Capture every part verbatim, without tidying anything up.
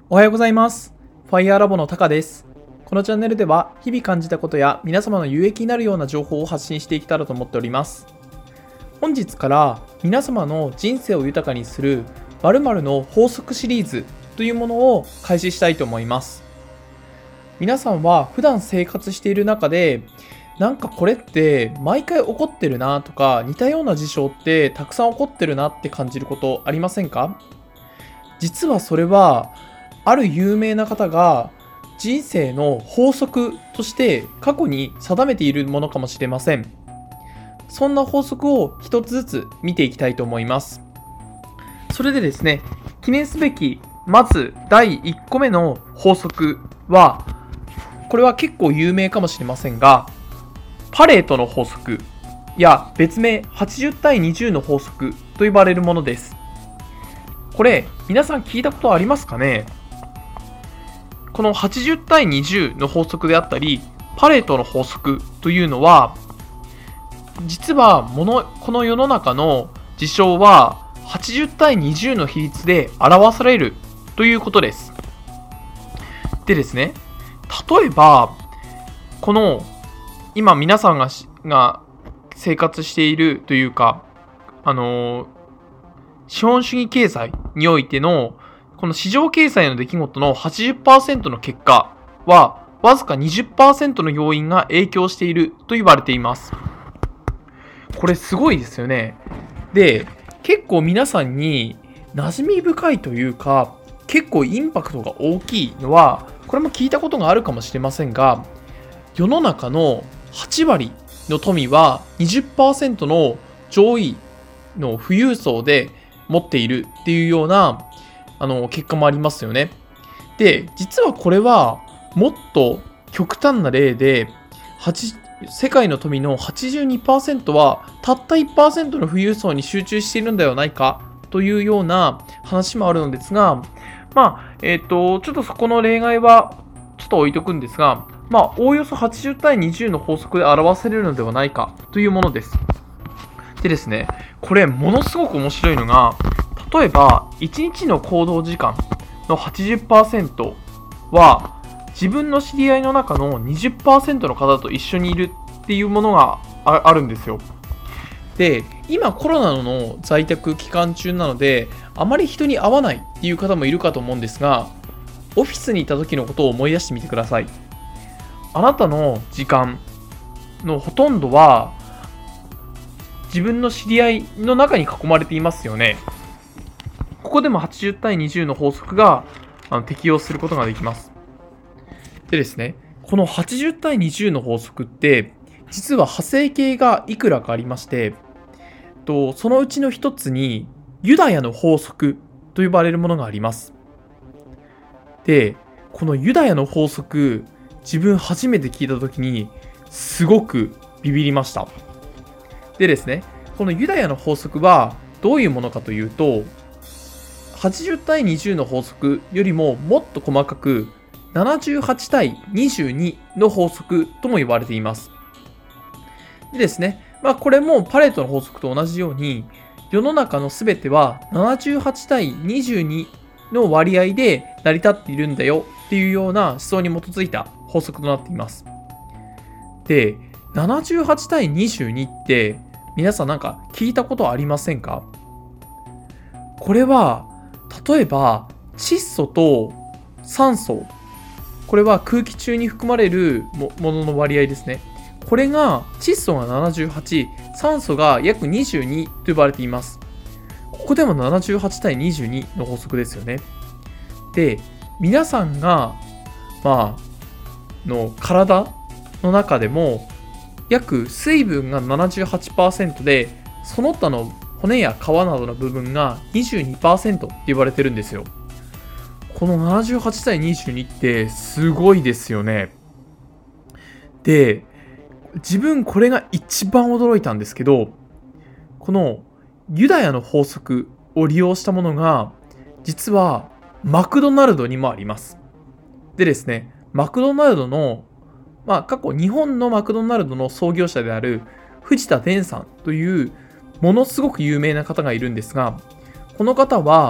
おはようございます。ファイヤーラボのタカです。このチャンネルでは日々感じたことや皆様の有益になるような情報を発信していけたらと思っております。本日から皆様の人生を豊かにする〇〇の法則シリーズというものを開始したいと思います。皆さんは普段生活している中でなんかこれって毎回起こってるなとか似たような事象ってたくさん起こってるなって感じることありませんか？実はそれはある有名な方が人生の法則として過去に定めているものかもしれません。そんな法則を一つずつ見ていきたいと思います。それでですね、記念すべきまずだいいっこめの法則は、これは結構有名かもしれませんが、パレートの法則や別名はちじゅうたいにじゅうの法則と呼ばれるものです。これ皆さん聞いたことありますかね？このはちじゅうたいにじゅうの法則であったり、パレートの法則というのは、実はものこの世の中の事象ははちじゅうたいにじゅうの比率で表されるということです。でですね、例えば、この今皆さんがが生活しているというか、あの資本主義経済においてのこの市場経済の出来事の はちじゅっパーセント の結果はわずか にじゅっパーセント の要因が影響していると言われています。これすごいですよね。で、結構皆さんに馴染み深いというか、結構インパクトが大きいのは、これも聞いたことがあるかもしれませんが、世の中のはちわりの富は にじゅっパーセント の上位の富裕層で持っているっていうようなあの結果もありますよね。で、実はこれはもっと極端な例で、世界の富の はちじゅうにパーセント はたった いちパーセント の富裕層に集中しているんではないかというような話もあるのですが、まあ、えっと、ちょっとそこの例外はちょっと置いとくんですが、まあ、おおよそはちじゅうたいにじゅうの法則で表せれるのではないかというものです。でですね、これものすごく面白いのが、例えばいちにちの行動時間の はちじゅっパーセント は自分の知り合いの中の にじゅっパーセント の方と一緒にいるっていうものが あ, あるんですよ。で、今コロナの在宅期間中なのであまり人に会わないっていう方もいるかと思うんですが、オフィスにいた時のことを思い出してみてください。あなたの時間のほとんどは自分の知り合いの中に囲まれていますよね。ここでもはちじゅうたいにじゅうの法則があの適用することができます。でですね、このはちじゅうたいにじゅうの法則って実は派生形がいくらかありまして、とそのうちの一つにユダヤの法則と呼ばれるものがあります。で、このユダヤの法則、自分初めて聞いた時にすごくビビりました。でですね、このユダヤの法則はどういうものかというと、はちじゅうたいにじゅうの法則よりももっと細かくななじゅうはちたいにじゅうにの法則とも言われています。でですね、まあこれもパレートの法則と同じように、世の中のすべてはななじゅうはちたいにじゅうにの割合で成り立っているんだよっていうような思想に基づいた法則となっています。で、ななじゅうはちたいにじゅうにって皆さんなんか聞いたことありませんか？これは例えば窒素と酸素、これは空気中に含まれるものの割合ですね。これが窒素がななじゅうはち、酸素が約にじゅうにと呼ばれています。ここでもななじゅうはちたいにじゅうにの法則ですよね。で、皆さんがまあの体の中でも約水分が ななじゅうはちパーセント で、その他の骨や皮などの部分が にじゅうにパーセント って言われてるんですよ。このななじゅうはちたいにじゅうにってすごいですよね。で、自分これが一番驚いたんですけど、このユダヤの法則を利用したものが実はマクドナルドにもあります。でですね、マクドナルドの、まあ過去日本のマクドナルドの創業者である藤田伝さんというものすごく有名な方がいるんですが、この方は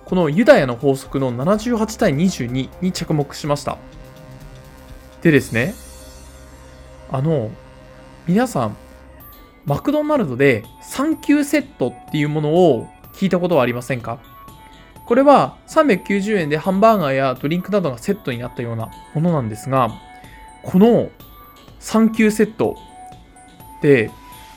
このユダヤの法則のななじゅうはちたいにじゅうにに着目しました。でですね、あの、皆さん、マクドナルドでさん級セットっていうものを聞いたことはありませんか？これはさんびゃくきゅうじゅうえんでハンバーガーやドリンクなどがセットになったようなものなんですが、このさん級セットで、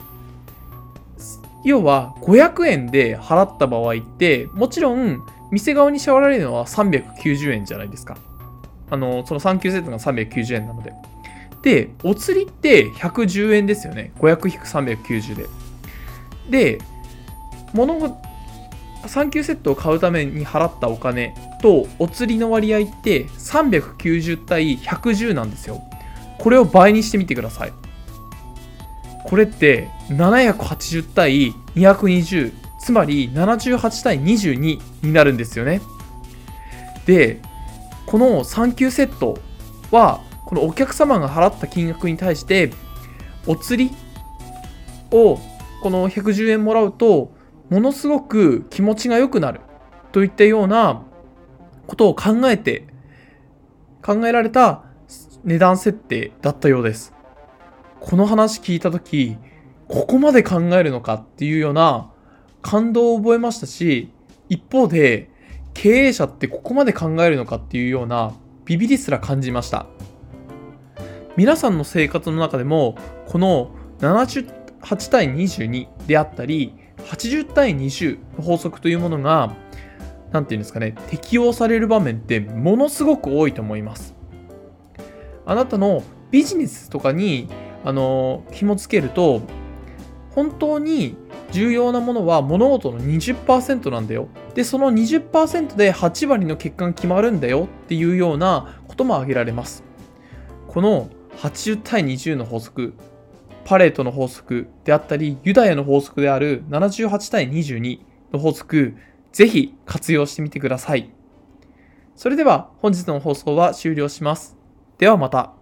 要はごひゃくえんで払った場合って、もちろん店側に支払われるのはさんびゃくきゅうじゅうえんじゃないですか。あの、そのさん級セットがさんびゃくきゅうじゅうえんなので。で、お釣りってひゃくじゅうえんですよね。ごひゃく引くさんびゃくきゅうじゅうで。で、物を、さん級セットを買うために払ったお金とお釣りの割合ってさんびゃくきゅうじゅう対ひゃくじゅうなんですよ。これを倍にしてみてください。これってななひゃくはちじゅう対にひゃくにじゅう、つまりななじゅうはち対にじゅうにになるんですよね。で、このさん級セットはこのお客様が払った金額に対してお釣りをこのひゃくじゅうえんもらうとものすごく気持ちが良くなるといったようなことを考えて考えられた値段設定だったようです。この話聞いたとき、ここまで考えるのかっていうような感動を覚えましたし、一方で経営者ってここまで考えるのかっていうようなビビりすら感じました。皆さんの生活の中でもこのななじゅうはち対にじゅうにであったりはちじゅう対にじゅうの法則というものがなんていうんですかね、適用される場面ってものすごく多いと思います。あなたのビジネスとかにあの紐付けると、本当に重要なものは物事の にじゅっパーセント なんだよ。で、その にじゅっパーセント ではち割の結果が決まるんだよっていうようなことも挙げられます。このはちじゅう対にじゅうの法則、パレートの法則であったり、ユダヤの法則であるななじゅうはち対にじゅうにの法則、ぜひ活用してみてください。それでは本日の放送は終了します。ではまた。